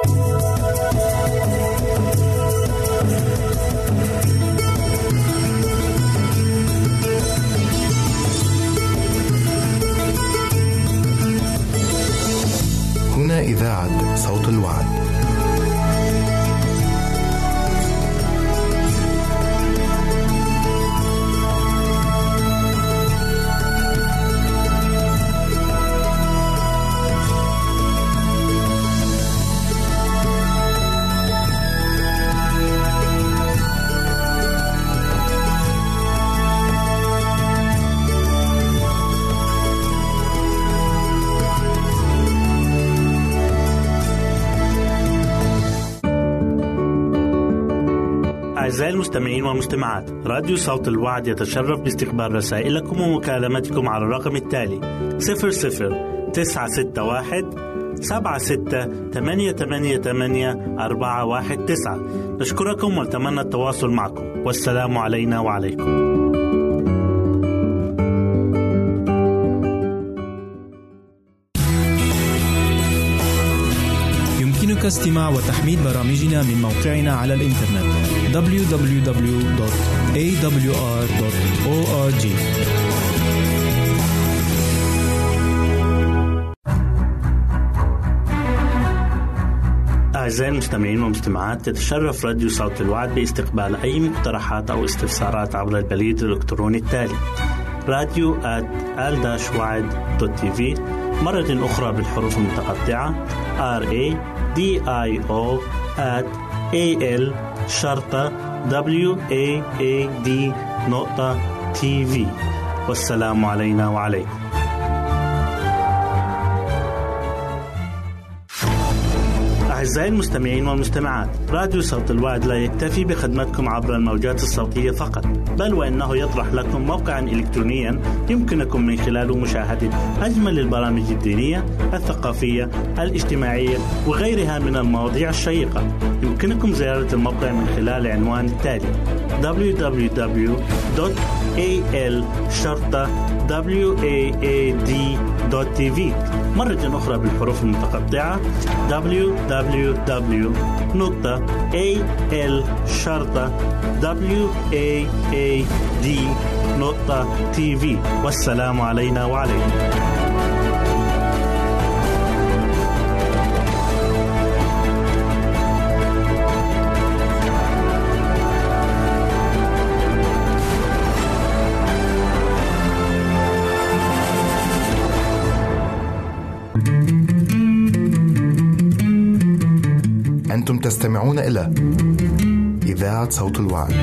هنا إذاعة صوت الوعد. أعزائي المستمعين والمستمعات، راديو صوت الوعد يتشرف باستقبال رسائلكم ومكالمتكم على الرقم التالي 00-961-76-88-419. نشكركم ونتمنى التواصل معكم، والسلام علينا وعليكم. يمكنك استماع وتحميل برامجنا من موقعنا على الإنترنت www.awr.org. أعزائي المستمعين والمستمعات، تتشرف راديو صوت الوعد باستقبال أي مقترحات أو استفسارات عبر البريد الإلكتروني التالي radio@al-wad.tv، مرة أخرى بالحروف المتقطعة radio@al-wad.tv. والسلام علينا وعليكم. أعزائي المستمعين والمستمعات، راديو صوت الوعد لا يكتفي بخدمتكم عبر الموجات الصوتية فقط، بل وإنه يطرح لكم موقعا إلكترونيا يمكنكم من خلاله مشاهدة أجمل البرامج الدينية، الثقافية، الاجتماعية وغيرها من المواضيع الشيقة. يمكنكم زيارة الموقع من خلال عنوان التالي www.al-wad.tv، مرة أخرى بالحروف المتقطعة www.al-wad.tv. والسلام علينا وعليكم. أنتم تستمعون إلى إذاعة صوت الوعد.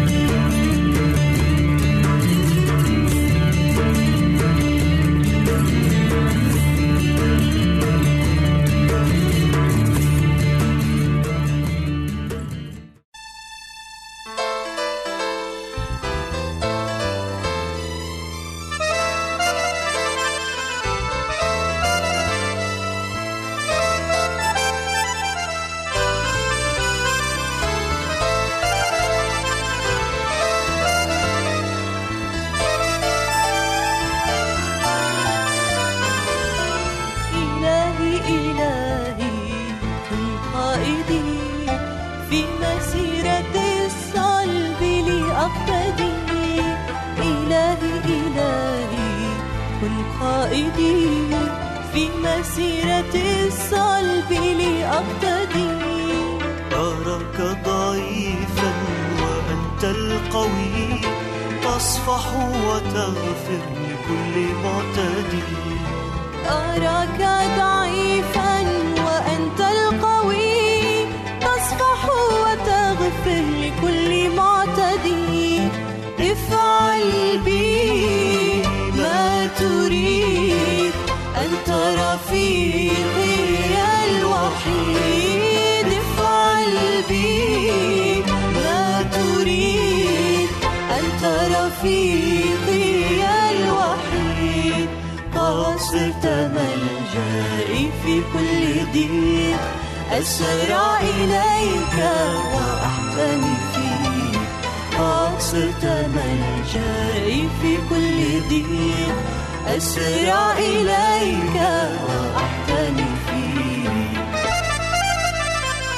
في مسيرة الصلب لأقتدي. أراك ضعيفا وأنت القوي، تصفح وتغفر لكل معتدي. أراك ضعيفا وأنت القوي، تصفح وتغفر لكل معتدي. افعل بي ما تريد، أنت رفيقي الوحيد. افعل بي ما تريد، أنت رفيقي الوحيد. قد صرت ملجئي في كل ضيق، أسرع إليك وأحتمي فيك. قد صرت ملجئي في كل ضيق، أسرع إليك وأحتمي فيك.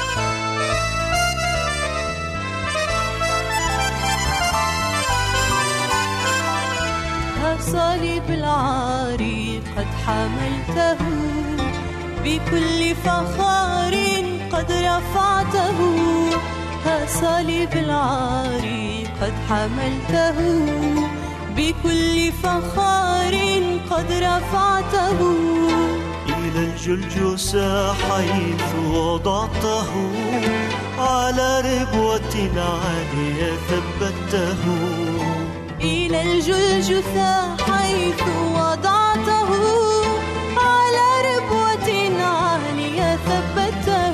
حملته، بكل فخار قد رفعته. ها صليب العار قد حملته، بكل فخار قد رفعته. إلى الجلجثة حيث وضعته، على ربوة عالية ثبته. إلى الجلجثة حيث وضعته، على ربوة عالية ثبته.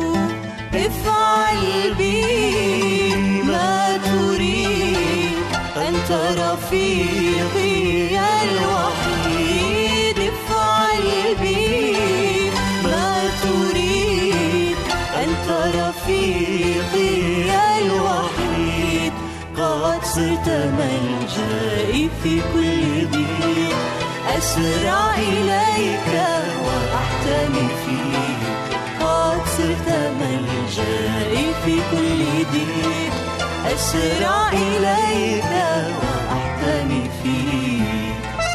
افعل بي ما تريد، أنت رفيقي الوحيد. افعل بي ما تريد، أنت رفيقي الوحيد. قد صرت ملجئي في كل ضيق، أسرع إليك وأحتمي فيك. قد صرت ملجئي في كل ضيق، أسرع إليك وأحتمي فيك.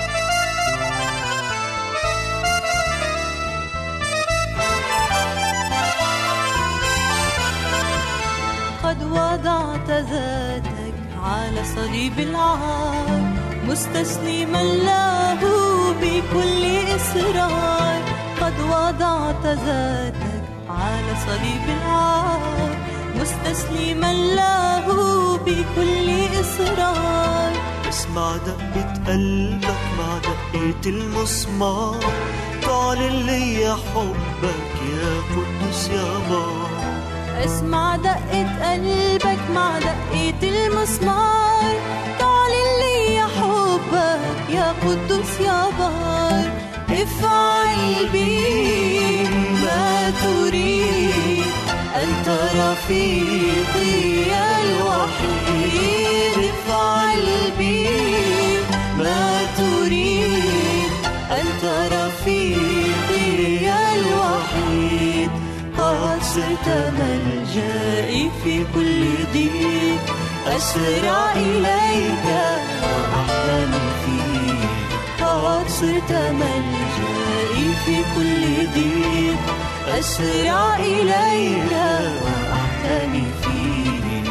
قد وضعت ذاتك على صليب العار، مستسلما له بكل إصرار. قد وضعت ذاتك على صليب العار، مستسلما له بكل إصرار. اسمع دقة قلبك مع دقة المسمار، تعلن لي حبك يا قدوس يا بار. اسمع دقة قلبك مع دقة المسمار، تعلن لي حبك يا قدوس يا بار. افعل بي ما تريد، أنت رفيقي الوحيد. افعل بي ما تريد، أنت رفيقي الوحيد. قد صرت ملجئي في كل ضيق، أسرع إليك وأحتمي فيك. قد صرت ملجئي في كل ضيق، أسرع إليك وأحتمي فيك.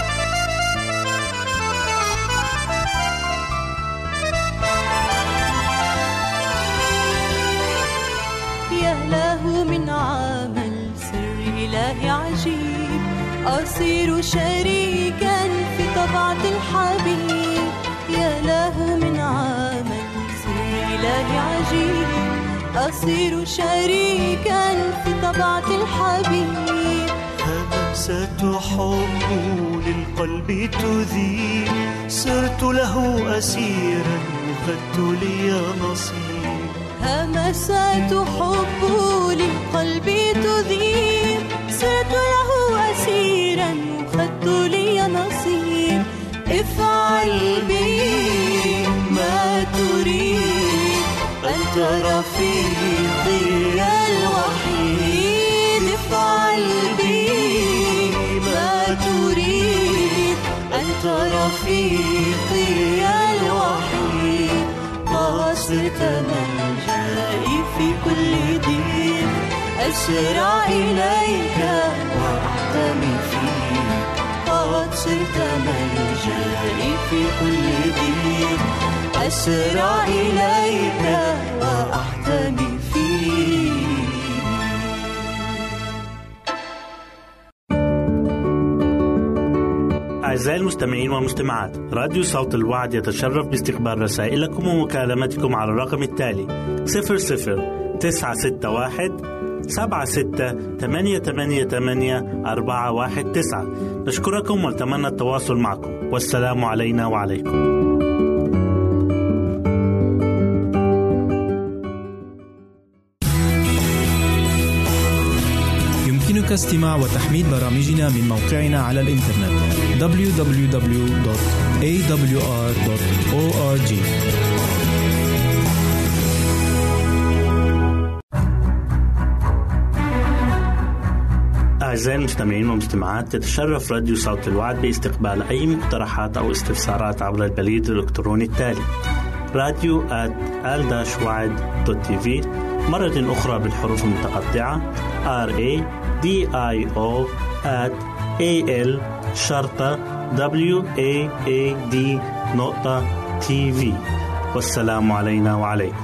يا له من عمل سر إلهي عجيب، أصير شريكا في طبعة الحبيب. يا له من عمل سر إلهي عجيب، أصير شريكا في طبعة الحبيب. همسة حب للقلب تذيب، صرت له أسيرا وخدت لي نصيب. همسات حب للقلب تذيب، صرت له أسيرا وخدت لي نصيب. افعل بي ما تريد، أنت رفيقي الوحيد. افعل بي ما تريد، أنت رفيقي الوحيد. قد صرت ملجئي في كل ضيق، أسرع إليك وأحتمي فيك. قد صرت ملجئي في كل ضيق، أسرع إليك وأحتمي فيك. أعزائي المستمعين والمستمعات، راديو صوت الوعد يتشرف باستقبال رسائلكم ومكالمتكم على الرقم التالي 00-961-76-88-419. نشكركم ونتمنى التواصل معكم، والسلام علينا وعليكم. يمكنك استماع وتحميل برامجنا من موقعنا على الإنترنت www.awr.org. أعزائي المستمعين والمستمعات، تتشرف راديو صوت الوعد باستقبال أي مقترحات أو استفسارات عبر البريد الإلكتروني التالي radio@al-wad.tv. مرة أخرى بالحروف المتقطعة radio@al-wad.tv. والسلام علينا وعليكم.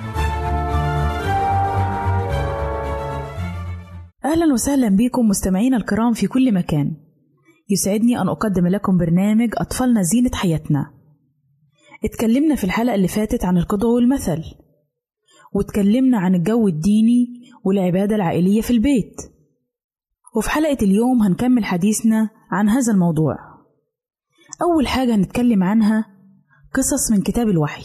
أهلا وسهلا بكم مستمعين الكرام في كل مكان. يسعدني أن أقدم لكم برنامج أطفالنا زينة حياتنا. اتكلمنا في الحلقة اللي فاتت عن القدوة والمثل، واتكلمنا عن الجو الديني والعبادة العائلية في البيت. وفي حلقة اليوم هنكمل حديثنا عن هذا الموضوع. أول حاجة هنتكلم عنها قصص من كتاب الوحي.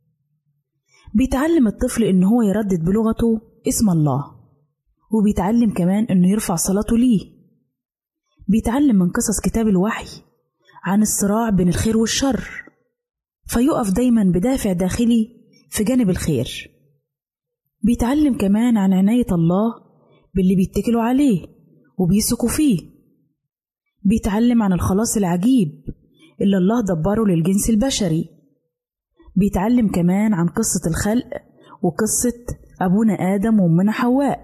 بيتعلم الطفل إن هو يردد بلغته اسم الله، وبيتعلم كمان إنه يرفع صلاته ليه. بيتعلم من قصص كتاب الوحي عن الصراع بين الخير والشر، فيقف دايما بدافع داخلي في جانب الخير. بيتعلم كمان عن عناية الله باللي بيتكلوا عليه وبيثقوا فيه. بيتعلم عن الخلاص العجيب اللي الله دبره للجنس البشري. بيتعلم كمان عن قصة الخلق وقصة أبونا آدم وأمنا حواء.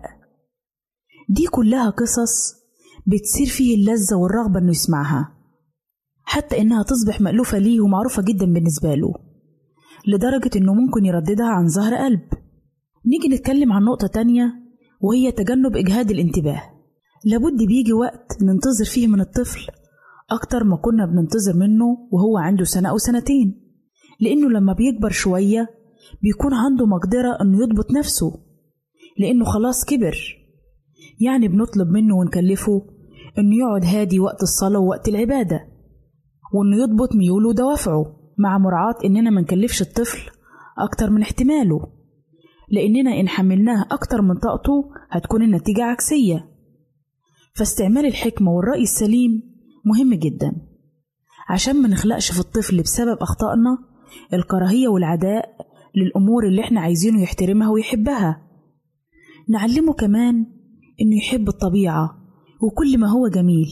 دي كلها قصص بتصير فيه اللذة والرغبة إنه يسمعها، حتى إنها تصبح مألوفة ليه ومعروفة جدا بالنسبة له، لدرجة إنه ممكن يرددها عن ظهر قلب. نيجي نتكلم عن نقطة تانية، وهي تجنب إجهاد الانتباه. لابد بيجي وقت ننتظر فيه من الطفل أكتر ما كنا بننتظر منه وهو عنده سنة أو سنتين، لأنه لما بيكبر شوية بيكون عنده مقدرة إنه يضبط نفسه، لأنه خلاص كبر. يعني بنطلب منه ونكلفه إنه يقعد هادي وقت الصلاة ووقت العبادة، وإنه يضبط ميوله ودوافعه، مع مراعاة إننا ما نكلفش الطفل أكتر من احتماله، لأننا إن حملناه أكتر من طاقته هتكون النتيجة عكسية. فاستعمال الحكمة والرأي السليم مهم جدا، عشان ما نخلقش في الطفل بسبب أخطائنا الكراهية والعداء للأمور اللي احنا عايزينه يحترمها ويحبها. نعلمه كمان إنه يحب الطبيعة وكل ما هو جميل،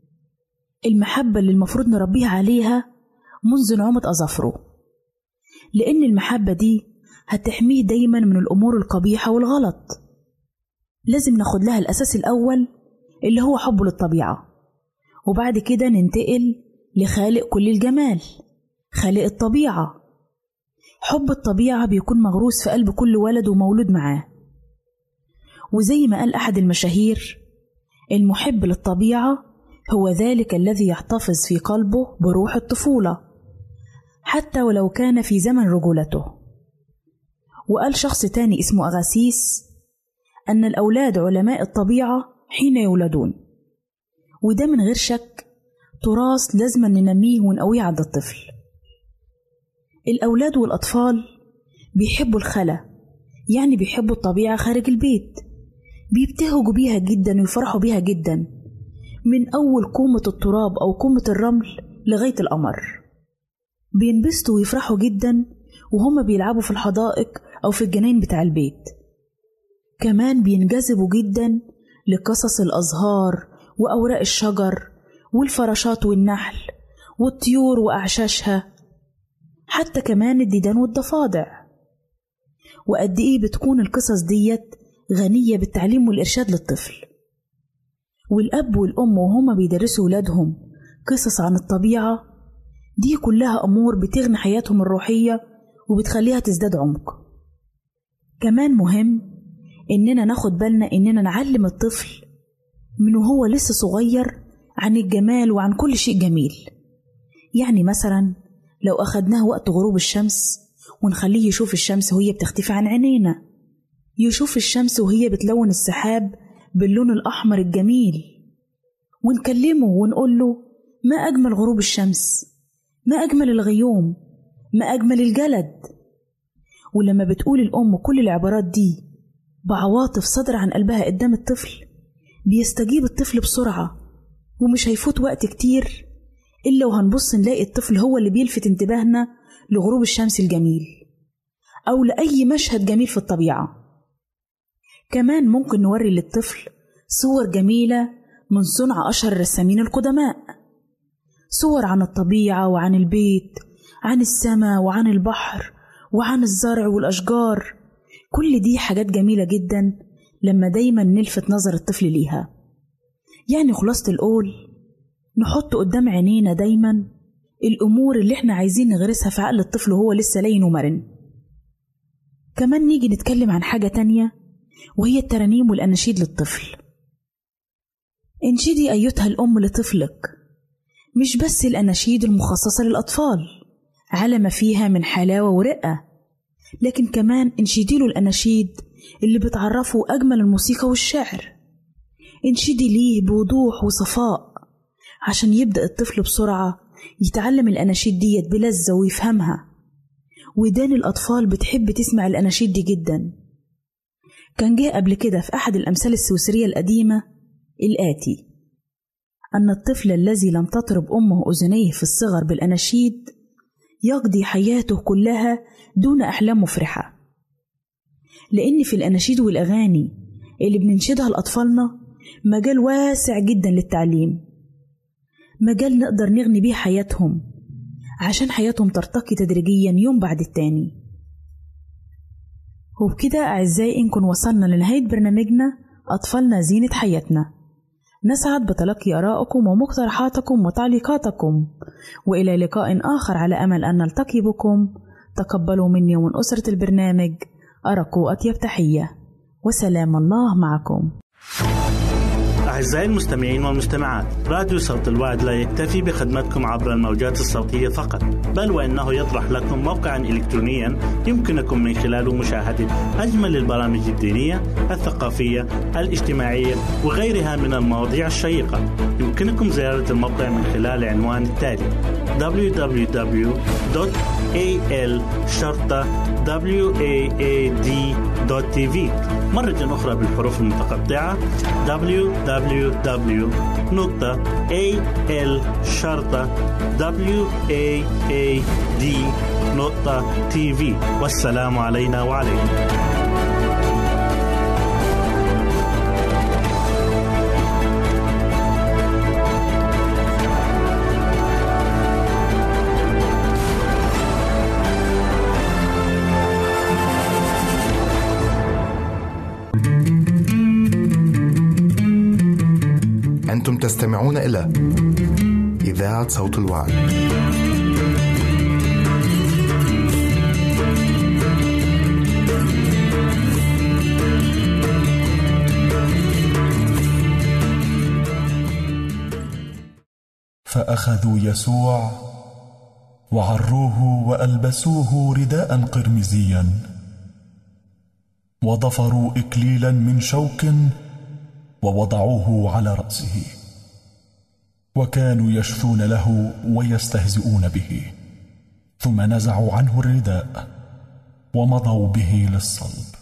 المحبة اللي المفروض نربيها عليها منذ نعومة أظافره، لأن المحبة دي هتحميه دايما من الأمور القبيحة والغلط. لازم ناخد لها الأساس الأول اللي هو حبه للطبيعة، وبعد كده ننتقل لخالق كل الجمال، خالق الطبيعة. حب الطبيعة بيكون مغروس في قلب كل ولد ومولود معاه، وزي ما قال أحد المشاهير: المحب للطبيعة هو ذلك الذي يحتفظ في قلبه بروح الطفولة حتى ولو كان في زمن رجولته. وقال شخص تاني اسمه أغاسيس أن الأولاد علماء الطبيعة حين يولدون، وده من غير شك تراث لازم ننميه ونقويه عند الطفل. الأولاد والأطفال بيحبوا الخلا، يعني بيحبوا الطبيعة خارج البيت، بيبتهجوا بيها جدا ويفرحوا بيها جدا، من أول كومة التراب أو كومة الرمل لغاية القمر. بينبسطوا ويفرحوا جدا وهم بيلعبوا في الحدائق أو في الجناين بتاع البيت. كمان بينجذبوا جدا لقصص الأزهار وأوراق الشجر والفراشات والنحل والطيور وأعشاشها، حتى كمان الديدان والضفادع. وقد إيه بتكون القصص ديت غنية بالتعليم والإرشاد للطفل. والأب والأم وهما بيدرسوا ولادهم قصص عن الطبيعة دي كلها أمور بتغني حياتهم الروحية وبتخليها تزداد عمق. كمان مهم إننا ناخد بالنا إننا نعلم الطفل من وهو لسه صغير عن الجمال وعن كل شيء جميل. يعني مثلا لو أخدناه وقت غروب الشمس ونخليه يشوف الشمس وهي بتختفي عن عينينا، يشوف الشمس وهي بتلون السحاب باللون الأحمر الجميل، ونكلمه ونقول له: ما أجمل غروب الشمس، ما أجمل الغيوم، ما أجمل الجلد. ولما بتقول الأم كل العبارات دي بعواطف صدر عن قلبها قدام الطفل، بيستجيب الطفل بسرعة، ومش هيفوت وقت كتير إلا وهنبص نلاقي الطفل هو اللي بيلفت انتباهنا لغروب الشمس الجميل أو لأي مشهد جميل في الطبيعة. كمان ممكن نوري للطفل صور جميلة من صنع أشهر الرسامين القدماء، صور عن الطبيعة وعن البيت، عن السماء وعن البحر وعن الزرع والأشجار. كل دي حاجات جميلة جدا لما دايما نلفت نظر الطفل ليها. يعني خلاصة القول نحط قدام عينينا دايما الأمور اللي احنا عايزين نغرسها في عقل الطفل وهو لسه لين ومرن. كمان نيجي نتكلم عن حاجة تانية وهي الترانيم والأناشيد للطفل. انشدي أيتها الأم لطفلك، مش بس الأناشيد المخصصة للأطفال على ما فيها من حلاوة ورقة، لكن كمان انشدي له الأناشيد اللي بتعرفه أجمل الموسيقى والشعر. انشدي ليه بوضوح وصفاء عشان يبدأ الطفل بسرعة يتعلم الأناشيد ديت بلذة ويفهمها. ودان الأطفال بتحب تسمع الأناشيد دي جدا. كان جاء قبل كده في أحد الأمثال السويسرية القديمة الآتي: أن الطفل الذي لم تطرب أمه أذنيه في الصغر بالأناشيد يقضي حياته كلها دون أحلام مفرحة. لأن في الأناشيد والأغاني اللي بننشدها لأطفالنا مجال واسع جدا للتعليم، مجال نقدر نغني بيه حياتهم عشان حياتهم ترتقي تدريجيا يوم بعد التاني. وبكده أعزائي نكون وصلنا لنهاية برنامجنا أطفالنا زينة حياتنا. نسعد بتلقي آرائكم ومقترحاتكم وتعليقاتكم، وإلى لقاء آخر على أمل أن نلتقي بكم. تقبلوا مني ومن أسرة البرنامج أرق أطيب تحية، وسلام الله معكم. أعزائي المستمعين والمستمعات، راديو صوت الوعد لا يكتفي بخدمتكم عبر الموجات الصوتية فقط، بل وإنه يطرح لكم موقعا إلكترونيا يمكنكم من خلاله مشاهدة أجمل البرامج الدينية، الثقافية، الاجتماعية وغيرها من المواضيع الشيقة. يمكنكم زيارة الموقع من خلال العنوان التالي: www.al-waad.tv. مرة أخرى بالحروف المتقطعة: www.al-waad.tv. والسلام علينا وعليكم. أنتم تستمعون إلى إذاعة صوت الوعد. فأخذوا يسوع وعروه وألبسوه رداء قرمزيا، وضفروا إكليلا من شوك ووضعوه على رأسه، وكانوا يشثون له ويستهزئون به. ثم نزعوا عنه الرداء ومضوا به للصلب.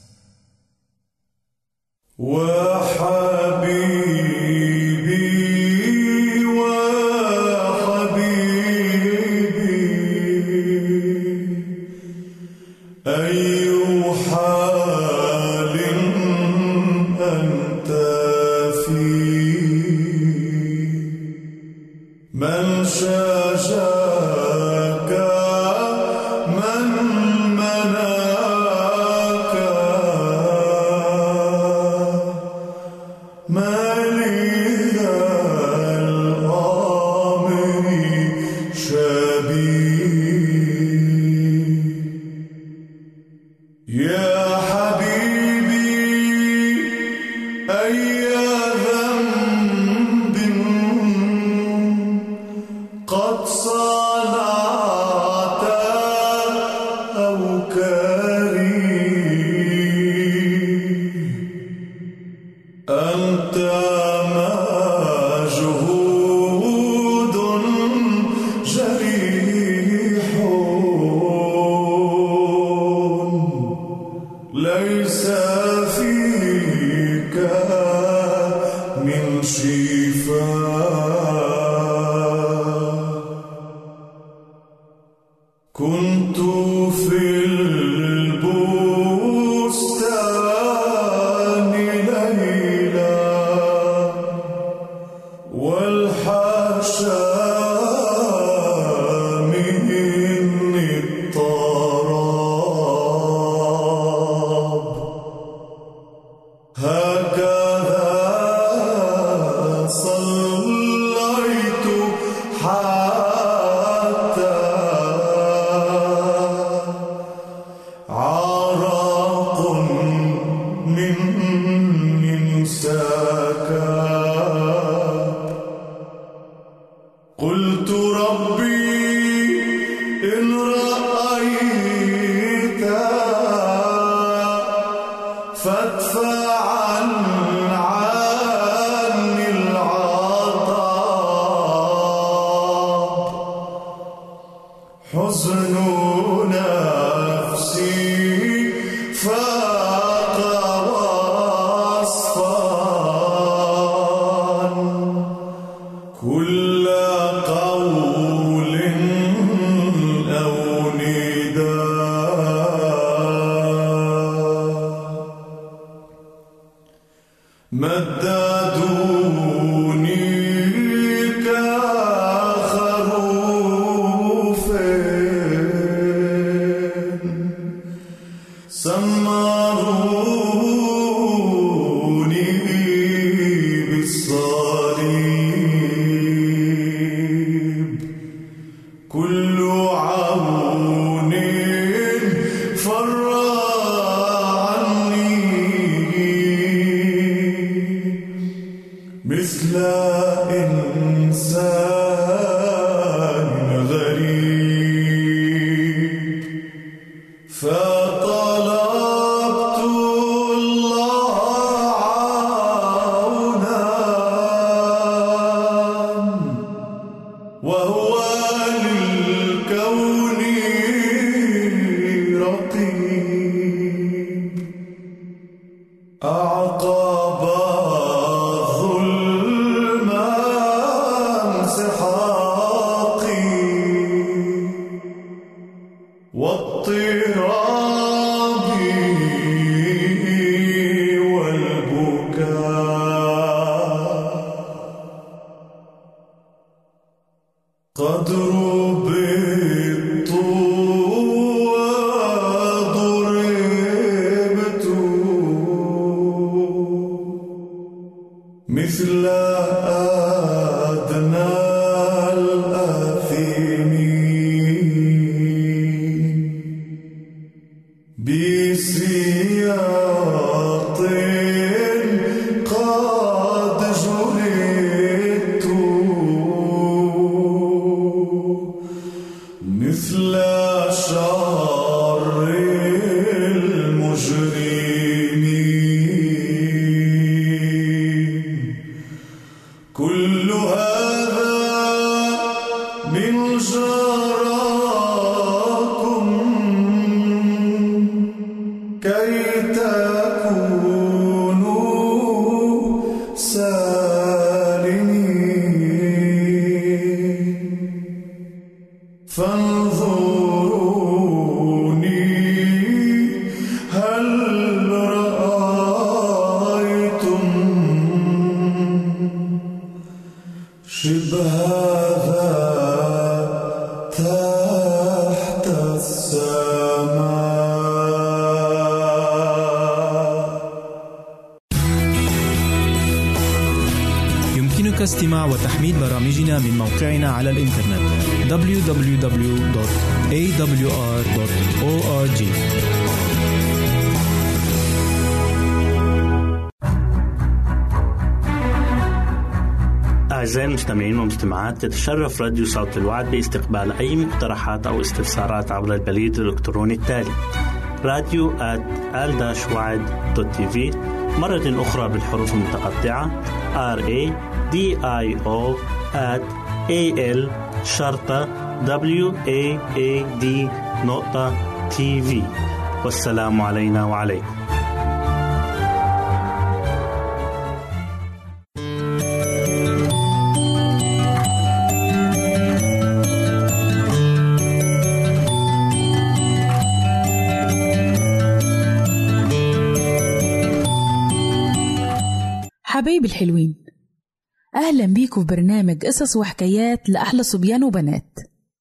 وحبيبي وحبيبي أي حال أنت فيه، من شاجاك من مناك، ما لي الأمر شبيه. يا حبيبي أي ذنب قد صنعت أو كريه، أنت مجهود جريح، ليس فيك من شفاء. كنت في البستان ليلى والحاشا مني الطراب، كل قول أو نداء مددوني كخروف سمروني بالصليب كل عون فر عني مثل إنسان غريب فطلبت الله عونا وهو للكون رقيب أعقب ظلما انسحاقي واضطرابي والبكاء قد ربطت وضربت مثل أدنى الآثمين بسياط قد جلدت مثل شر المجرمين كل هذا من جراكم كي تكونوا سالمين فانظروني هل رأيتم شبه هذا تحت السماء. يمكنك استماع وتحميل برامجنا من موقعنا على الإنترنت www.awr.org. أعزائي المستمعين والمستمعات، تتشرف راديو صوت الوعد باستقبال أي مقترحات أو استفسارات عبر البريد الإلكتروني التالي radio@al-wad.tv، مرة أخرى بالحروف المتقطعة radio@al-wad.tv. والسلام علينا وعليكم. حبايب الحلوين، أهلا بيكم في برنامج قصص وحكايات لأحلى صبيان وبنات.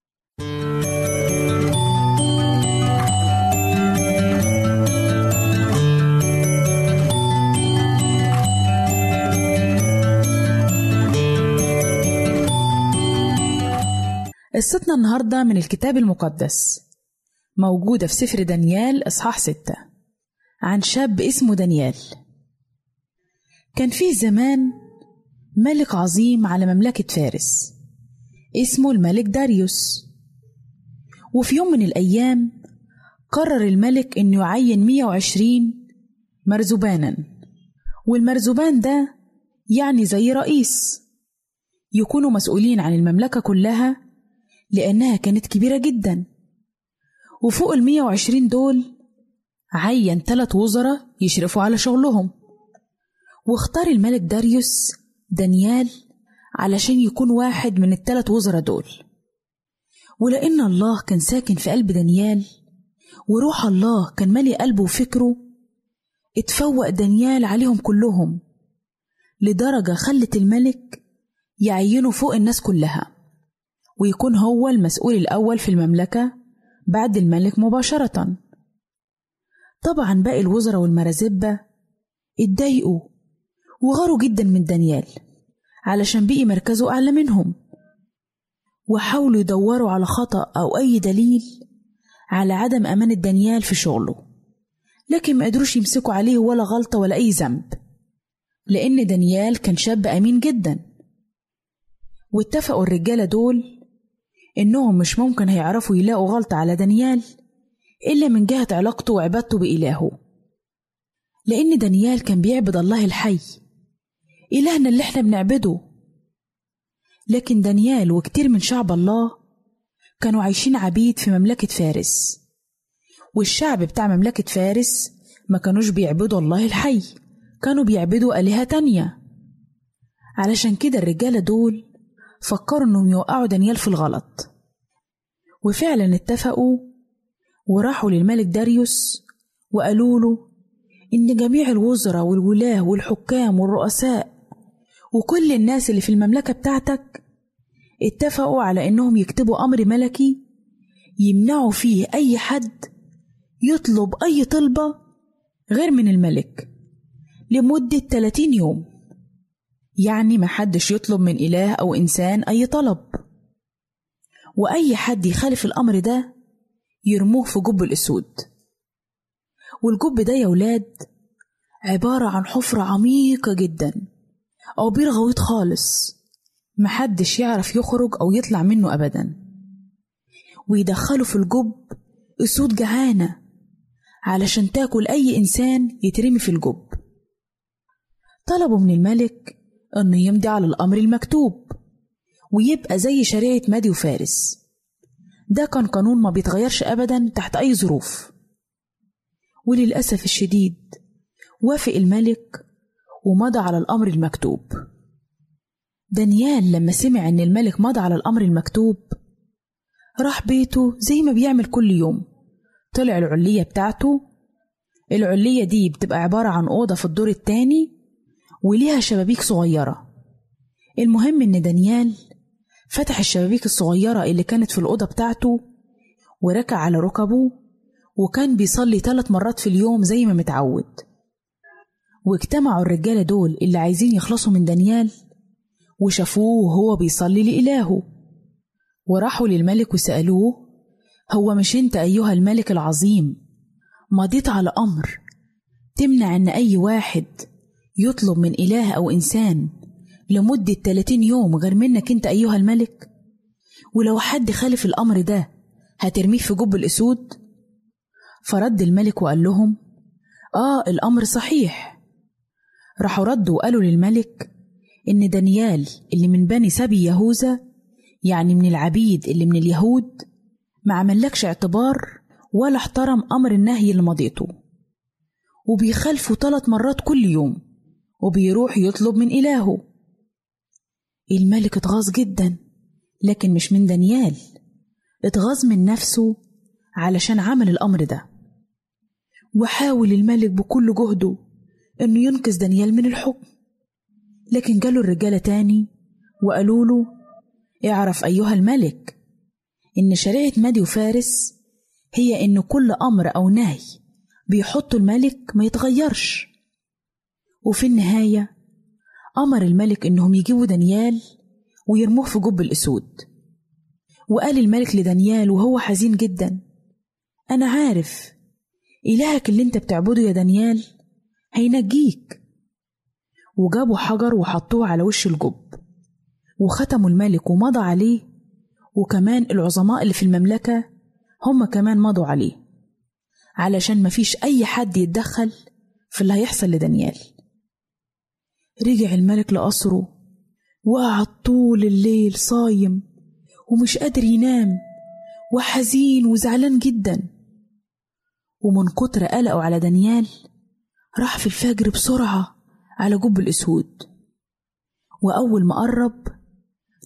قصتنا النهاردة من الكتاب المقدس، موجودة في سفر دانيال إصحاح 6، عن شاب اسمه دانيال. كان فيه زمان ملك عظيم على مملكة فارس اسمه الملك داريوس. وفي يوم من الأيام قرر الملك إنه يعين 120 مرزبانا، والمرزبان ده يعني زي رئيس، يكونوا مسؤولين عن المملكة كلها لأنها كانت كبيرة جدا. وفوق 120 دول عين 3 وزراء يشرفوا على شغلهم. واختار الملك داريوس دانيال علشان يكون واحد من ال3 وزراء دول. ولأن الله كان ساكن في قلب دانيال وروح الله كان مالي قلبه وفكره، اتفوق دانيال عليهم كلهم لدرجة خلت الملك يعينه فوق الناس كلها، ويكون هو المسؤول الأول في المملكة بعد الملك مباشرة. طبعا باقي الوزراء والمرازبة اتضايقوا وغاروا جدا من دانيال علشان بقي مركزه أعلى منهم، وحاولوا يدوروا على خطأ أو أي دليل على عدم أمانة دانيال في شغله، لكن ما قدروش يمسكوا عليه ولا غلطة ولا أي ذنب، لأن دانيال كان شاب أمين جدا. واتفقوا الرجالة دول إنهم مش ممكن هيعرفوا يلاقوا غلطة على دانيال إلا من جهة علاقته وعبادته بإلهه، لأن دانيال كان بيعبد الله الحي، إلهنا اللي احنا بنعبده. لكن دانيال وكتير من شعب الله كانوا عايشين عبيد في مملكة فارس، والشعب بتاع مملكة فارس ما كانوش بيعبدوا الله الحي، كانوا بيعبدوا آلهة تانية. علشان كده الرجالة دول فكروا إنهم يوقعوا دانيال في الغلط، وفعلا اتفقوا وراحوا للملك داريوس وقالوا له إن جميع الوزراء والولاة والحكام والرؤساء وكل الناس اللي في المملكة بتاعتك اتفقوا على إنهم يكتبوا أمر ملكي يمنعوا فيه أي حد يطلب أي طلبة غير من الملك لمدة 30 يوم، يعني ما حدش يطلب من إله أو إنسان أي طلب، وأي حد يخالف الأمر ده يرموه في جب الأسود. والجب ده يا ولاد عبارة عن حفرة عميقة جدا أو بير غويط خالص محدش يعرف يخرج أو يطلع منه أبدا، ويدخلوا في الجب أسود جعانة علشان تاكل أي إنسان يترمي في الجب. طلبوا من الملك أنه يمضي على الأمر المكتوب ويبقى زي شريعة مادي وفارس، ده كان قانون ما بيتغيرش أبدا تحت أي ظروف. وللأسف الشديد وافق الملك ومضى على الأمر المكتوب. دانيال لما سمع أن الملك مضى على الأمر المكتوب راح بيته زي ما بيعمل كل يوم، طلع العلية بتاعته. العلية دي بتبقى عبارة عن أوضة في الدور التاني وليها شبابيك صغيرة. المهم إن دانيال فتح الشبابيك الصغيرة اللي كانت في الأوضة بتاعته وركع على ركبه، وكان بيصلي 3 مرات في اليوم زي ما متعود. واجتمعوا الرجالة دول اللي عايزين يخلصوا من دانيال وشافوه وهو بيصلي لإلهه، وراحوا للملك وسألوه: هو مش انت أيها الملك العظيم مضيت على أمر تمنع أن أي واحد يطلب من إله أو إنسان لمدة 30 يوم غير منك انت أيها الملك؟ ولو حد خالف الأمر ده هترميه في جب الأسود؟ فرد الملك وقال لهم: الأمر صحيح. راحوا ردوا وقالوا للملك إن دانيال اللي من بني سبي يهوذا، يعني من العبيد اللي من اليهود، ما عملكش اعتبار ولا احترم أمر النهي اللي مضيته، وبيخالفوا 3 مرات كل يوم وبيروح يطلب من إلهه. الملك اتغاظ جدا، لكن مش من دانيال، اتغاظ من نفسه علشان عمل الأمر ده. وحاول الملك بكل جهده إنه ينقذ دانيال من الحكم، لكن جاله الرجالة تاني وقالوا له: اعرف أيها الملك إن شريعة مادي وفارس هي إن كل أمر أو نهي بيحطه الملك ما يتغيرش. وفي النهاية أمر الملك إنهم يجيبوا دانيال ويرموه في جب الأسود. وقال الملك لدانيال وهو حزين جدا: أنا عارف إلهك اللي انت بتعبده يا دانيال هينجيك. وجابوا حجر وحطوه على وش الجب وختموا الملك ومضى عليه، وكمان العظماء اللي في المملكة هم كمان مضوا عليه علشان مفيش أي حد يتدخل في اللي هيحصل لدانيال. رجع الملك لقصره وقعد طول الليل صايم ومش قادر ينام وحزين وزعلان جدا. ومن كتر قلقه على دانيال راح في الفجر بسرعة على جب الأسود، وأول ما قرب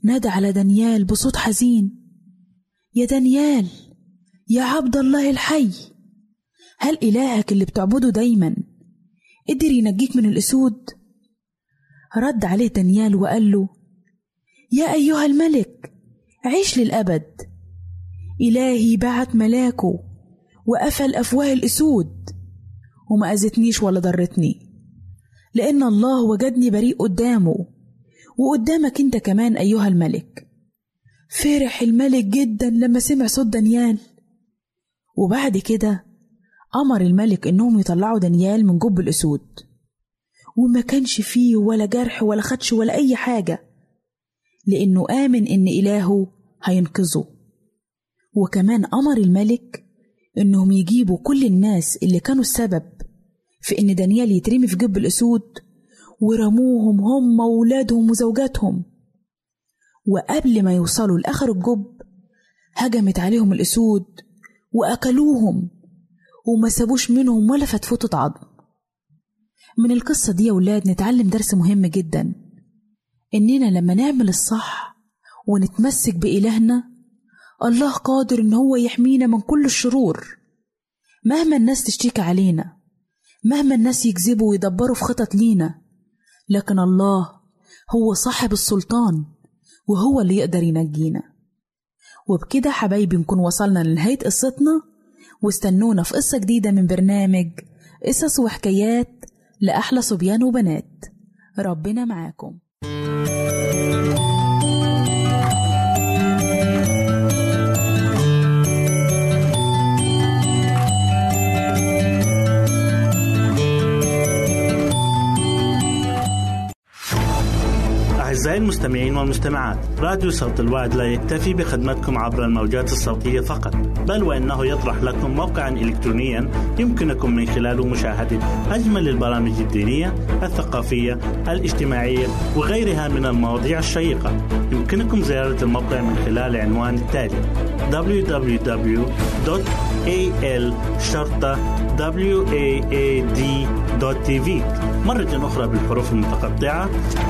نادى على دانيال بصوت حزين: يا دانيال، يا عبد الله الحي، هل إلهك اللي بتعبده دايما قدر ينجيك من الأسود؟ رد عليه دانيال وقال له: يا أيها الملك، عيش للأبد. إلهي بعت ملاكه وقفل أفواه الأسود وما أذتنيش ولا ضرتني، لأن الله وجدني بريء قدامه وقدامك أنت كمان أيها الملك. فرح الملك جدا لما سمع صوت دانيال، وبعد كده أمر الملك إنهم يطلعوا دانيال من جب الأسود، وما كانش فيه ولا جرح ولا خدش ولا أي حاجة، لأنه آمن إن إلهه هينقذه. وكمان أمر الملك إنهم يجيبوا كل الناس اللي كانوا السبب في إن دانيال يترمي في جب الأسود ورموهم هم وولادهم وزوجاتهم. وقبل ما يوصلوا لآخر الجب هجمت عليهم الأسود وأكلوهم وما سابوش منهم ولا فتفوتة عظم. من القصة دي يا ولاد نتعلم درس مهم جدا، إننا لما نعمل الصح ونتمسك بإلهنا، الله قادر إن هو يحمينا من كل الشرور، مهما الناس تشتكي علينا، مهما الناس يكذبوا ويدبروا في خطط لينا، لكن الله هو صاحب السلطان وهو اللي يقدر ينجينا. وبكده حبايبي نكون وصلنا لنهاية قصتنا، واستنونا في قصة جديدة من برنامج قصص وحكايات لأحلى صبيان وبنات. ربنا معاكم. أعزائي المستمعين والمستمعات، راديو صوت الوعد لا يكتفي بخدمتكم عبر الموجات الصوتية فقط، بل وإنه يطرح لكم موقعا إلكترونيا يمكنكم من خلاله مشاهدة أجمل البرامج الدينية، الثقافية، الاجتماعية وغيرها من المواضيع الشيقة. يمكنكم زيارة الموقع من خلال العنوان التالي: www.al-waad.tv. مرة أخرى بالحروف المتقطعة: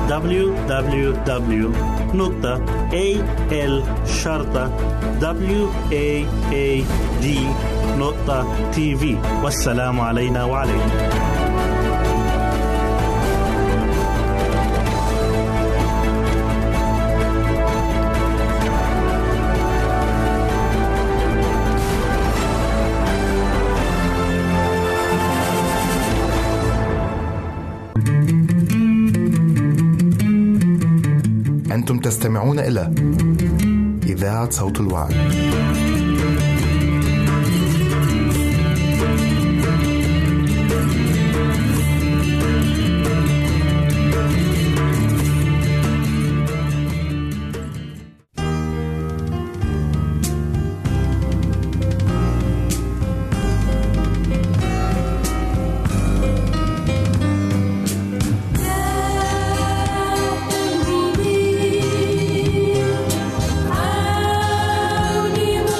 www.al-waad.tv. والسلام علينا وعليكم. أنتم تستمعون إلى إذاعة صوت الوعد. عوني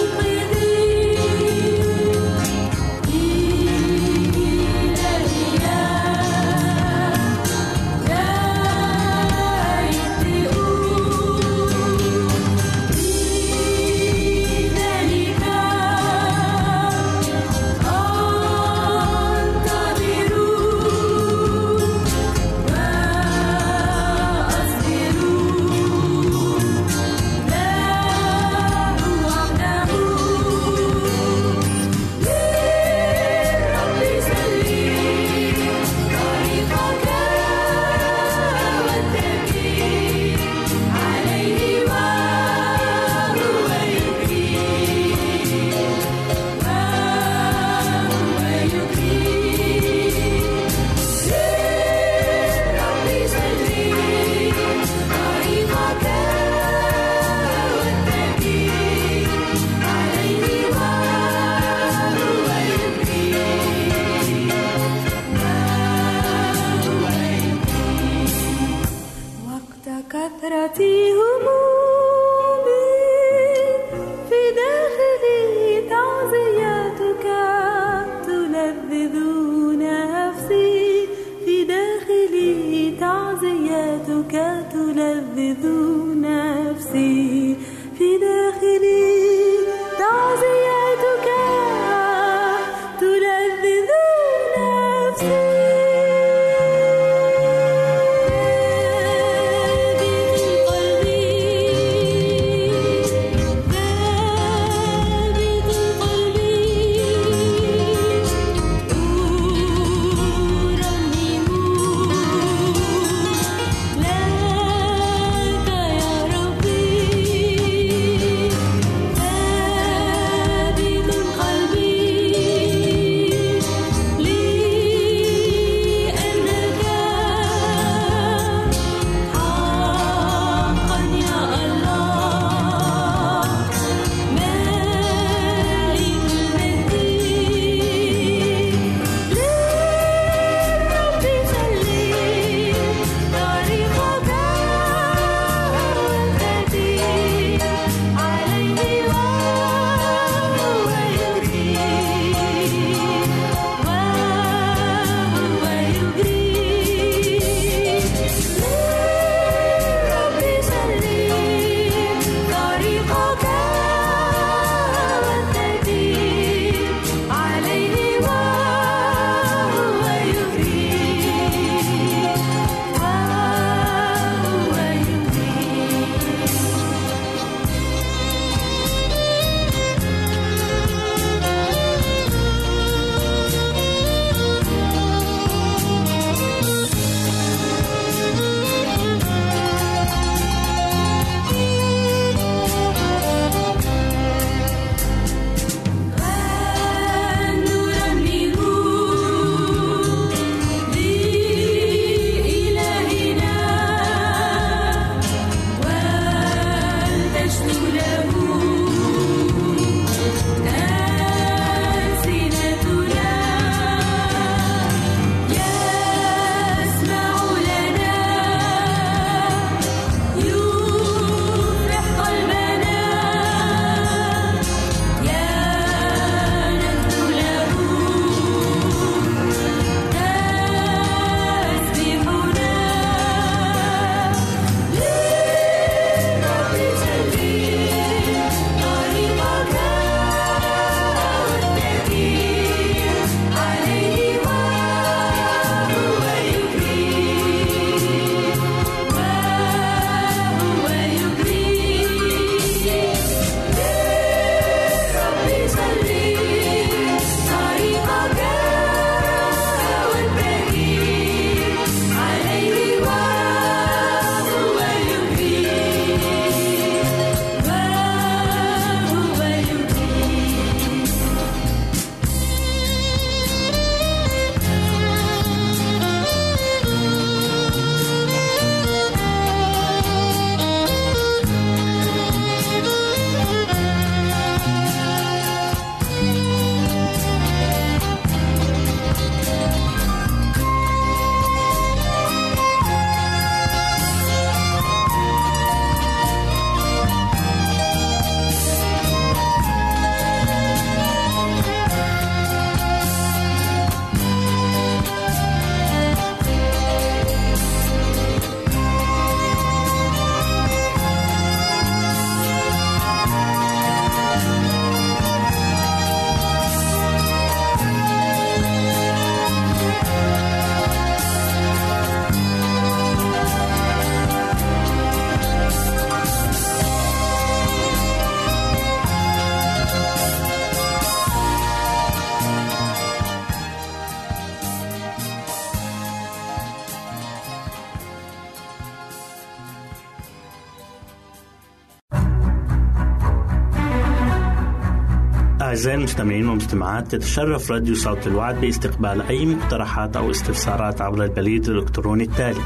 أعزائي المستمعين والمستمعات، تتشرف راديو صوت الوعد باستقبال أي مقترحات أو استفسارات عبر البريد الإلكتروني التالي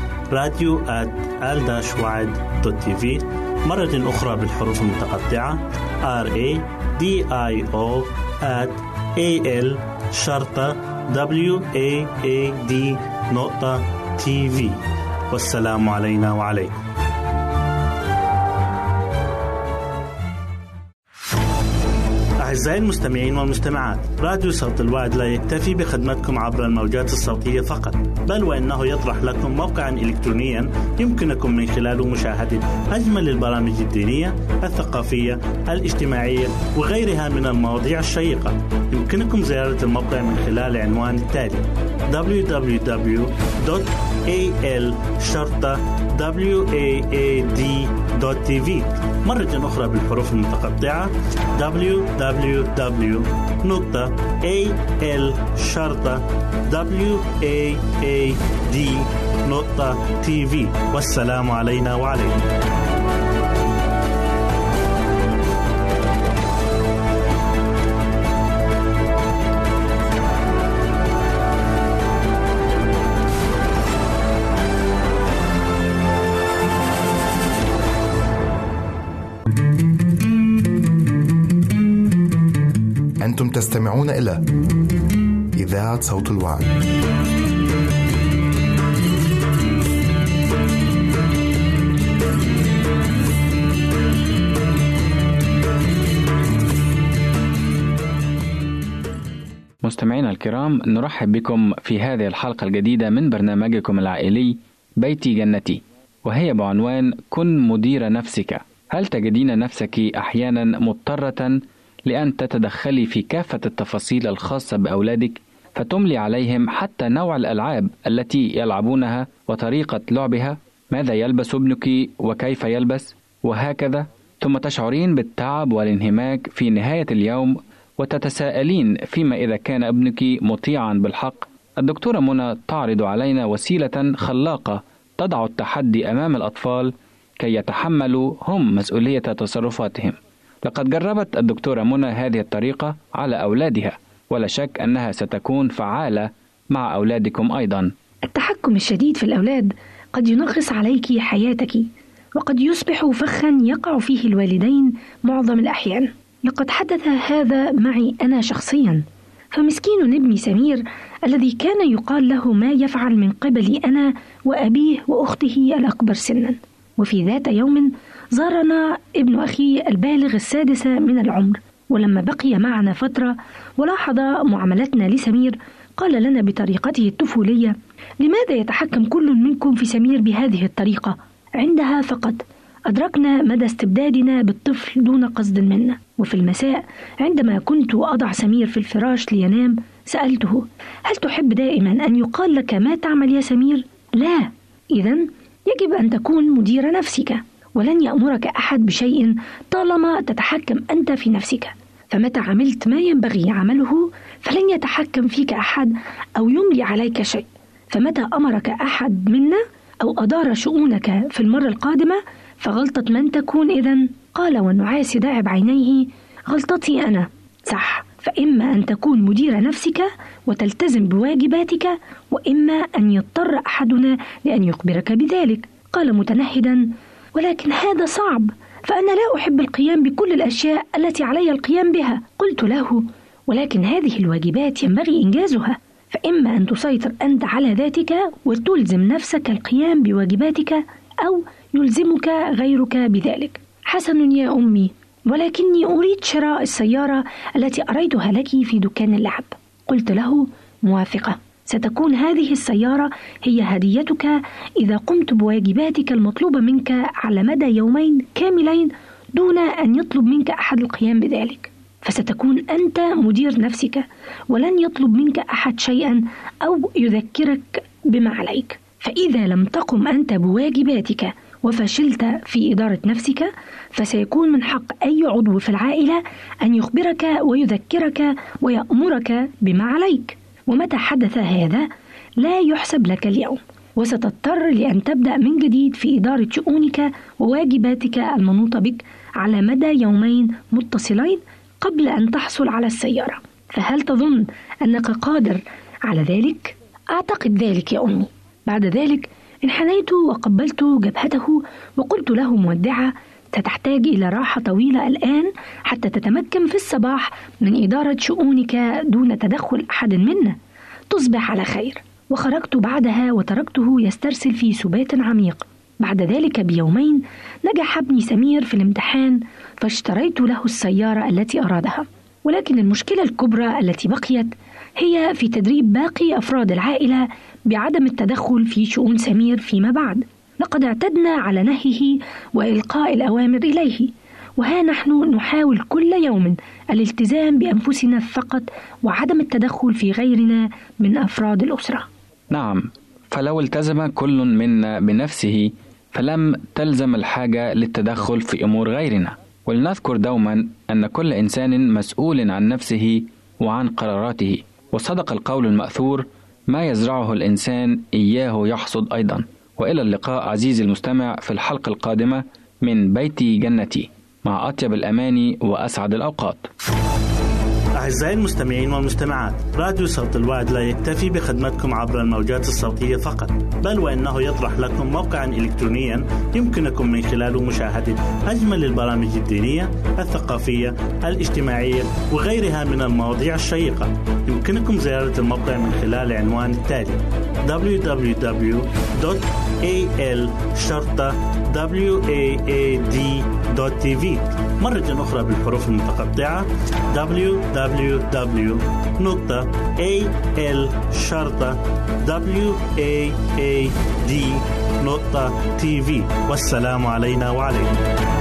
radio@al-wad.tv، مرة أخرى بالحروف المتقطعة radio@al-wad.tv. والسلام علينا وعليكم. أعزائي المستمعين والمستمعات، راديو صوت الوعد لا يكتفي بخدمتكم عبر الموجات الصوتية فقط، بل وإنه يطرح لكم موقعا إلكترونيا يمكنكم من خلاله مشاهدة أجمل البرامج الدينية، الثقافية، الاجتماعية وغيرها من المواضيع الشيقة. يمكنكم زيارة الموقع من خلال عنوان التالي www.al-wad.tv، مرة أخرى بالحروف المتقطعة www.al-wad.tv. والسلام علينا وعليكم. أنتم تستمعون إلى إذاعة صوت الوعد. مستمعينا الكرام، نرحب بكم في هذه الحلقة الجديدة من برنامجكم العائلي بيتي جنتي، وهي بعنوان كن مدير نفسك. هل تجدين نفسك أحيانا مضطرة لأن تتدخلي في كافة التفاصيل الخاصة بأولادك، فتملي عليهم حتى نوع الألعاب التي يلعبونها وطريقة لعبها، ماذا يلبس ابنك وكيف يلبس، وهكذا، ثم تشعرين بالتعب والانهماك في نهاية اليوم وتتساءلين فيما إذا كان ابنك مطيعا بالحق. الدكتورة منى تعرض علينا وسيلة خلاقة تضع التحدي أمام الأطفال كي يتحملوا هم مسؤولية تصرفاتهم. لقد جربت الدكتورة منى هذه الطريقة على أولادها، ولا شك أنها ستكون فعالة مع أولادكم أيضا. التحكم الشديد في الأولاد قد ينغص عليك حياتك، وقد يصبح فخا يقع فيه الوالدين معظم الأحيان. لقد حدث هذا معي أنا شخصيا، فمسكين ابني سمير الذي كان يقال له ما يفعل من قبل أنا وأبيه وأخته الأكبر سنا. وفي ذات يوم زارنا ابن أخي البالغ 6 من العمر، ولما بقي معنا فترة ولاحظ معاملتنا لسمير قال لنا بطريقته الطفولية: لماذا يتحكم كل منكم في سمير بهذه الطريقة؟ عندها فقط أدركنا مدى استبدادنا بالطفل دون قصد منا. وفي المساء عندما كنت أضع سمير في الفراش لينام سألته: هل تحب دائما أن يقال لك ما تعمل يا سمير؟ لا. إذن يجب أن تكون مدير نفسك، ولن يأمرك أحد بشيء طالما تتحكم أنت في نفسك. فمتى عملت ما ينبغي عمله فلن يتحكم فيك أحد أو يملي عليك شيء. فمتى أمرك أحد منا أو أدار شؤونك في المرة القادمة فغلطة من تكون إذن؟ قال والنعاس داعب عينيه: غلطتي أنا. صح، فإما أن تكون مدير نفسك وتلتزم بواجباتك، وإما أن يضطر أحدنا لأن يخبرك بذلك. قال متنهدا: ولكن هذا صعب، فأنا لا أحب القيام بكل الأشياء التي علي القيام بها. قلت له: ولكن هذه الواجبات ينبغي إنجازها، فإما أن تسيطر أنت على ذاتك وتلزم نفسك القيام بواجباتك، أو يلزمك غيرك بذلك. حسن يا أمي، ولكني أريد شراء السيارة التي أريتها لك في دكان اللعب. قلت له: موافقة، ستكون هذه السيارة هي هديتك إذا قمت بواجباتك المطلوبة منك على مدى يومين كاملين دون أن يطلب منك أحد القيام بذلك. فستكون أنت مدير نفسك، ولن يطلب منك أحد شيئا أو يذكرك بما عليك. فإذا لم تقم أنت بواجباتك وفشلت في إدارة نفسك، فسيكون من حق أي عضو في العائلة أن يخبرك ويذكرك ويأمرك بما عليك. ومتى حدث هذا لا يحسب لك اليوم، وستضطر لأن تبدأ من جديد في إدارة شؤونك وواجباتك المنوطة بك على مدى يومين متصلين قبل أن تحصل على السيارة. فهل تظن أنك قادر على ذلك؟ أعتقد ذلك يا أمي. بعد ذلك انحنيت وقبلت جبهته وقلت له مودعة: ستحتاج إلى راحة طويلة الآن حتى تتمكن في الصباح من إدارة شؤونك دون تدخل أحد منا. تصبح على خير. وخرجت بعدها وتركته يسترسل في سبات عميق. بعد ذلك بيومين نجح ابني سمير في الامتحان، فاشتريت له السيارة التي أرادها. ولكن المشكلة الكبرى التي بقيت هي في تدريب باقي أفراد العائلة بعدم التدخل في شؤون سمير فيما بعد. لقد اعتدنا على نهيه وإلقاء الأوامر إليه، وها نحن نحاول كل يوم الالتزام بأنفسنا فقط وعدم التدخل في غيرنا من أفراد الأسرة. نعم، فلو التزم كل منا بنفسه فلم تلزم الحاجة للتدخل في أمور غيرنا. ولنذكر دوما أن كل إنسان مسؤول عن نفسه وعن قراراته، وصدق القول المأثور: ما يزرعه الإنسان إياه يحصد أيضا. وإلى اللقاء عزيزي المستمع في الحلقة القادمة من بيتي جنتي، مع أطيب الأماني وأسعد الأوقات. أعزائي المستمعين والمستمعات، راديو صوت الوعد لا يكتفي بخدمتكم عبر الموجات الصوتية فقط، بل وإنه يطرح لكم موقعا إلكترونيا يمكنكم من خلاله مشاهدة أجمل البرامج الدينية، الثقافية، الاجتماعية وغيرها من المواضيع الشيقة. يمكنكم زيارة الموقع من خلال العنوان التالي: www.al-waad.tv. مرة أخرى بالحروف المتقطعة: www.al-waad.tv. والسلام علينا وعليكم.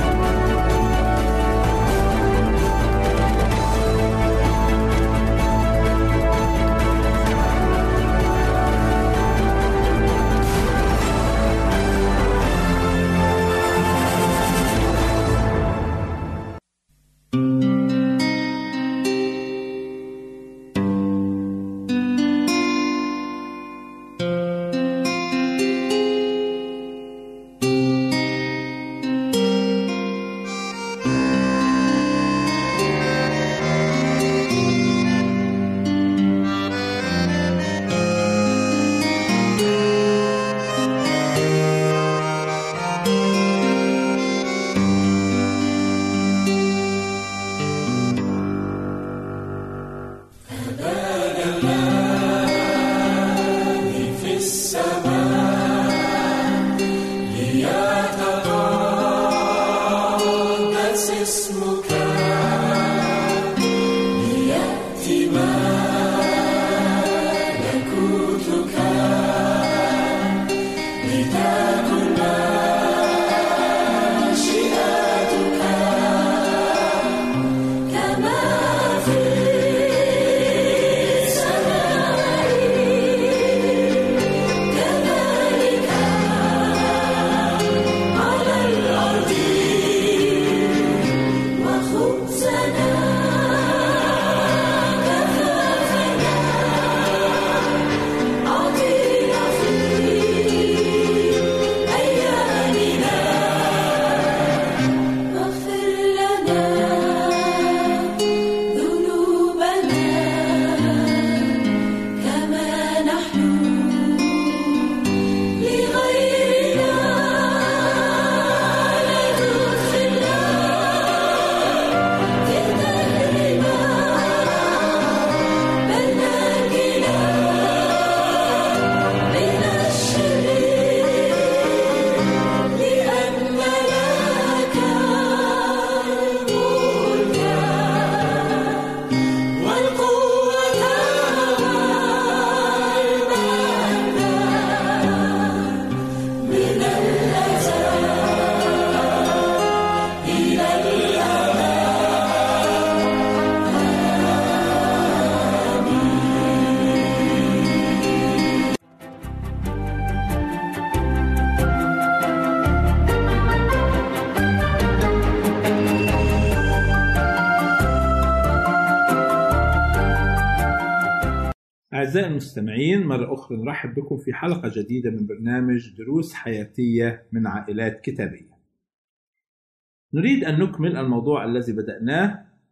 أعزائي المستمعين، مرة أخرى نرحب بكم في حلقة جديدة من برنامج دروس حياتية من عائلات كتابية. نريد أن نكمل الموضوع الذي بدأناه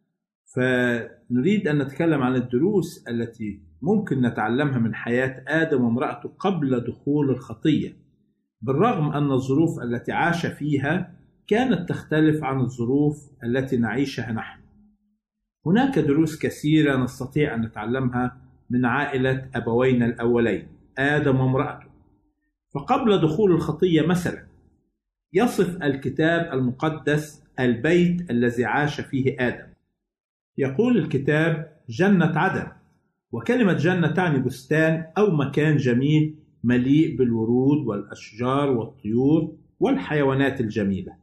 فنريد أن نتكلم عن الدروس التي ممكن نتعلمها من حياة آدم وامرأته قبل دخول الخطية، بالرغم أن الظروف التي عاش فيها كانت تختلف عن الظروف التي نعيشها نحن. هناك دروس كثيرة نستطيع أن نتعلمها من عائلة أبوينا الأولين آدم وامرأته. فقبل دخول الخطية مثلا يصف الكتاب المقدس البيت الذي عاش فيه آدم. يقول الكتاب جنة عدن، وكلمة جنة تعني بستان أو مكان جميل مليء بالورود والأشجار والطيور والحيوانات الجميلة.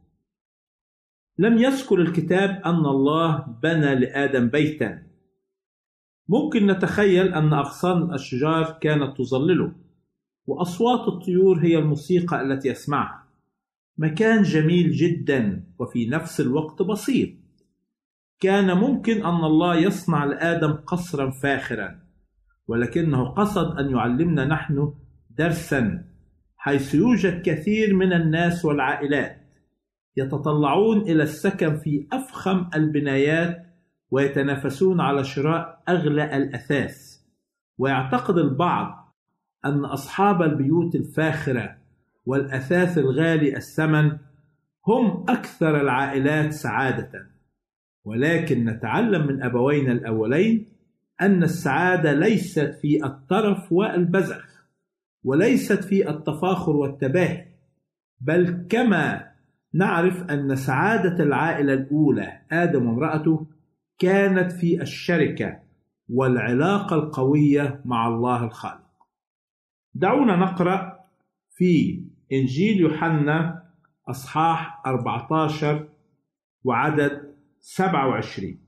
لم يذكر الكتاب أن الله بنى لآدم بيتا. ممكن نتخيل أن أغصان الأشجار كانت تظلله، وأصوات الطيور هي الموسيقى التي يسمعها. مكان جميل جدا وفي نفس الوقت بسيط. كان ممكن أن الله يصنع لآدم قصرا فاخرا، ولكنه قصد أن يعلمنا نحن درسا، حيث يوجد كثير من الناس والعائلات يتطلعون إلى السكن في أفخم البنايات ويتنافسون على شراء أغلى الأثاث. ويعتقد البعض أن أصحاب البيوت الفاخرة والأثاث الغالي الثمن هم أكثر العائلات سعادة. ولكن نتعلم من أبوينا الأولين أن السعادة ليست في الترف والبذخ، وليست في التفاخر والتباهي، بل كما نعرف أن سعادة العائلة الأولى آدم وامرأته كانت في الشركة والعلاقة القوية مع الله الخالق. دعونا نقرأ في إنجيل يوحنا أصحاح 14 وعدد 27.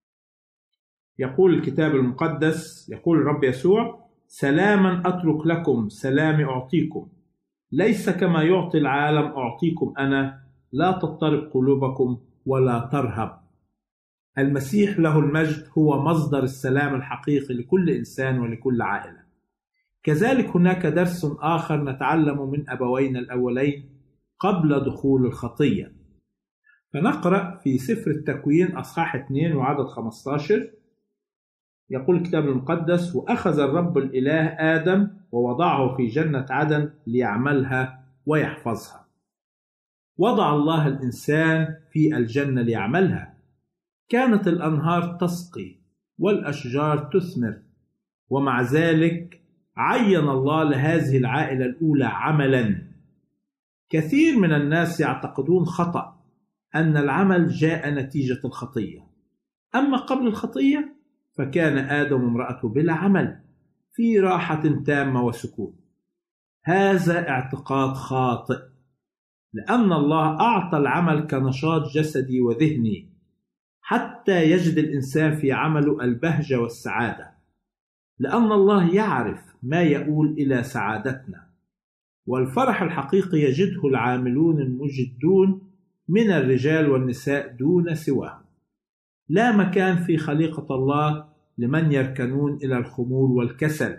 يقول الكتاب المقدس، يقول الرب يسوع: سلاما أترك لكم، سلامي أعطيكم، ليس كما يعطي العالم أعطيكم أنا، لا تضطرب قلوبكم ولا ترهب. المسيح له المجد هو مصدر السلام الحقيقي لكل إنسان ولكل عائلة. كذلك هناك درس آخر نتعلم من أبوينا الأولين قبل دخول الخطية. فنقرأ في سفر التكوين أصحاح 2 وعدد 15. يقول الكتاب المقدس: وأخذ الرب الإله آدم ووضعه في جنة عدن ليعملها ويحفظها. وضع الله الإنسان في الجنة ليعملها. كانت الأنهار تسقي والأشجار تثمر، ومع ذلك عين الله لهذه العائلة الأولى عملا. كثير من الناس يعتقدون خطأ أن العمل جاء نتيجة الخطية. أما قبل الخطية فكان آدم وامرأته بلا عمل في راحة تامة وسكون. هذا اعتقاد خاطئ، لأن الله أعطى العمل كنشاط جسدي وذهني حتى يجد الإنسان في عمله البهجة والسعادة، لأن الله يعرف ما يؤول إلى سعادتنا. والفرح الحقيقي يجده العاملون المجدون من الرجال والنساء دون سواهم. لا مكان في خليقة الله لمن يركنون إلى الخمول والكسل،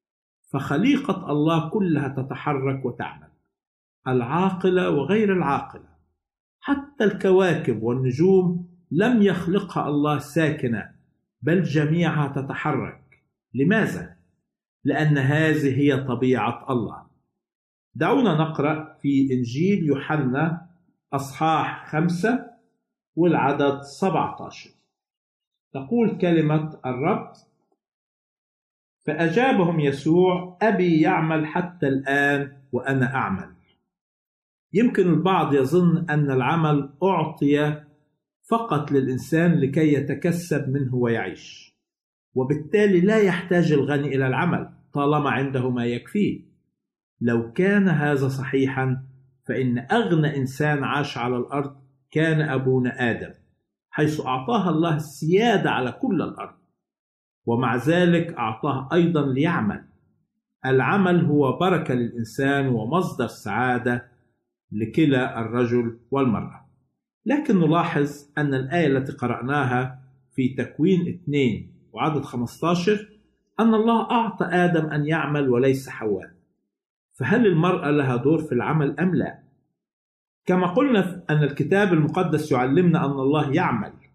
فخليقة الله كلها تتحرك وتعمل، العاقلة وغير العاقلة. حتى الكواكب والنجوم لم يخلقها الله ساكنة، بل جميعها تتحرك. لماذا؟ لأن هذه هي طبيعة الله. دعونا نقرأ في إنجيل يوحنا أصحاح 5 والعدد 17. تقول كلمة الرب: فأجابهم يسوع: أبي يعمل حتى الآن وأنا أعمل. يمكن البعض يظن أن العمل أعطي فقط للإنسان لكي يتكسب منه ويعيش، وبالتالي لا يحتاج الغني إلى العمل طالما عنده ما يكفيه. لو كان هذا صحيحا فإن أغنى إنسان عاش على الأرض كان أبونا آدم، حيث أعطاها الله السيادة على كل الأرض، ومع ذلك أعطاه أيضا ليعمل. العمل هو بركة للإنسان ومصدر سعادة لكلا الرجل والمرأة. لكن نلاحظ أن الآية التي قرأناها في تكوين 2 وعدد 15 أن الله أعطى آدم أن يعمل وليس حواء. فهل المرأة لها دور في العمل أم لا؟ كما قلنا أن الكتاب المقدس يعلمنا أن الله يعمل،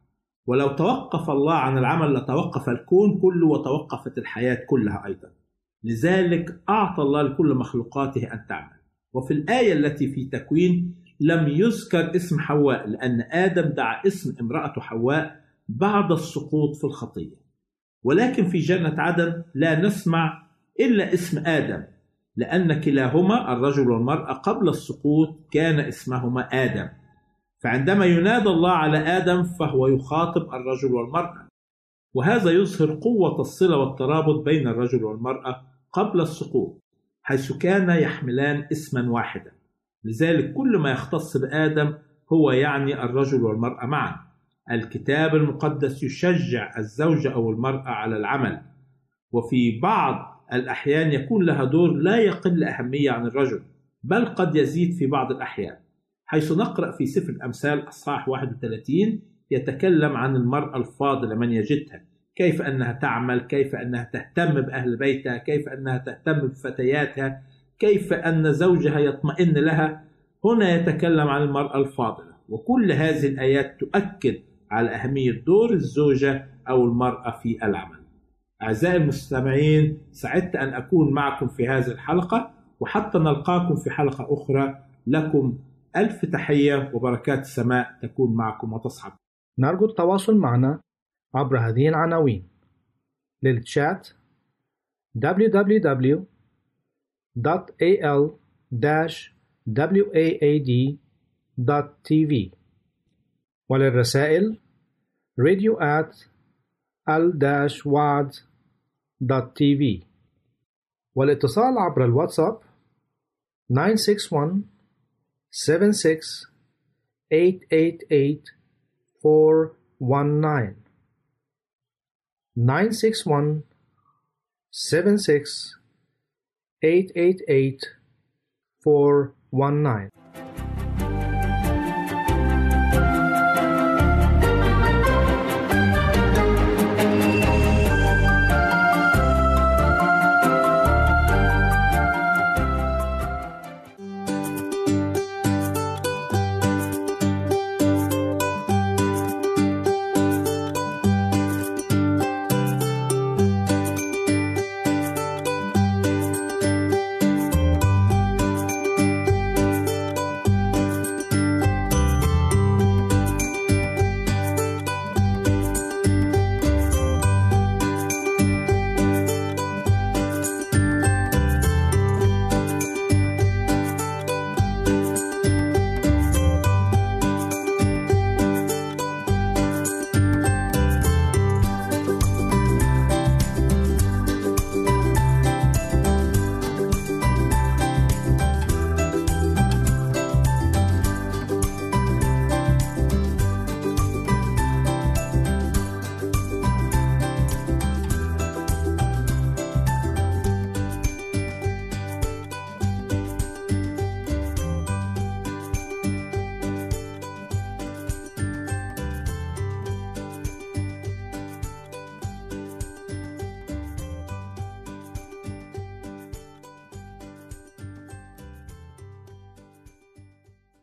ولو توقف الله عن العمل لتوقف الكون كله وتوقفت الحياة كلها أيضا. لذلك أعطى الله لكل مخلوقاته أن تعمل. وفي الآية التي في تكوين لم يذكر اسم حواء، لأن آدم دعا اسم امرأته حواء بعد السقوط في الخطية. ولكن في جنة عدن لا نسمع إلا اسم آدم، لأن كلاهما الرجل والمرأة قبل السقوط كان اسمهما آدم. فعندما ينادى الله على آدم فهو يخاطب الرجل والمرأة، وهذا يظهر قوة الصلة والترابط بين الرجل والمرأة قبل السقوط، حيث كان يحملان اسما واحدا. لذلك كل ما يختص بآدم هو يعني الرجل والمرأة معا. الكتاب المقدس يشجع الزوجة أو المرأة على العمل، وفي بعض الأحيان يكون لها دور لا يقل أهمية عن الرجل، بل قد يزيد في بعض الأحيان، حيث نقرأ في سفر الأمثال أصحاح 31 يتكلم عن المرأة الفاضلة من يجدها، كيف أنها تعمل، كيف أنها تهتم بأهل بيتها، كيف أنها تهتم بفتياتها، كيف أن زوجها يطمئن لها. هنا يتكلم عن المرأة الفاضلة، وكل هذه الآيات تؤكد على أهمية دور الزوجة أو المرأة في العمل. أعزائي المستمعين، سعدت أن أكون معكم في هذه الحلقة، وحتى نلقاكم في حلقة أخرى. لكم ألف تحية وبركات السماء تكون معكم وتصحب. نرجو التواصل معنا عبر هذه العناوين: للتشات www.al-waad.tv، وللرسائل radio@al-waad.tv، والاتصال عبر الواتساب 961-76-888-419 961-76-888-419.